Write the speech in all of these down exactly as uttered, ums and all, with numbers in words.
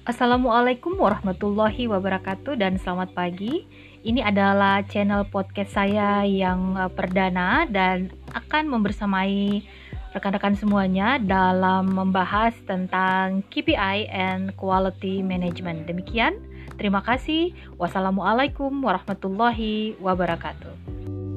Assalamualaikum warahmatullahi wabarakatuh dan selamat pagi. Ini adalah channel podcast saya yang uh, perdana dan akan membersamai rekan-rekan semuanya dalam membahas tentang K P I and Quality Management. Demikian, terima kasih. Wassalamualaikum warahmatullahi wabarakatuh.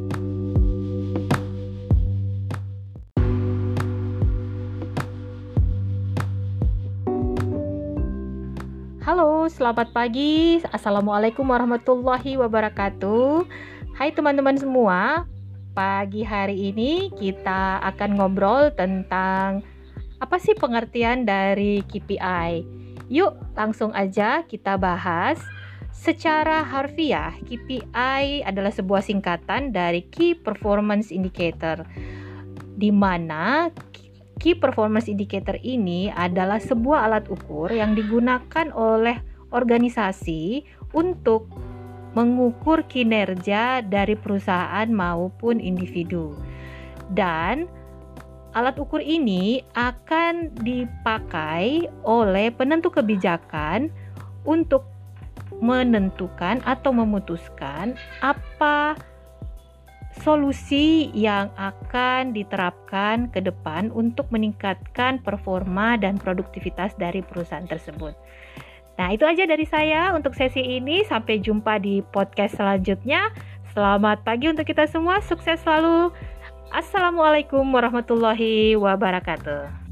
Halo, selamat pagi. Assalamualaikum warahmatullahi wabarakatuh. Hai teman-teman semua. Pagi hari ini kita akan ngobrol tentang apa sih pengertian dari K P I. Yuk, langsung aja kita bahas. Secara harfiah, K P I adalah sebuah singkatan dari Key Performance Indicator, di mana Key Performance Indicator ini adalah sebuah alat ukur yang digunakan oleh organisasi untuk mengukur kinerja dari perusahaan maupun individu. Dan alat ukur ini akan dipakai oleh penentu kebijakan untuk menentukan atau memutuskan apa solusi yang akan diterapkan ke depan untuk meningkatkan performa dan produktivitas dari perusahaan tersebut. Nah, itu aja dari saya untuk sesi ini. Sampai jumpa di podcast selanjutnya. Selamat pagi untuk kita semua. Sukses selalu. Assalamualaikum warahmatullahi wabarakatuh.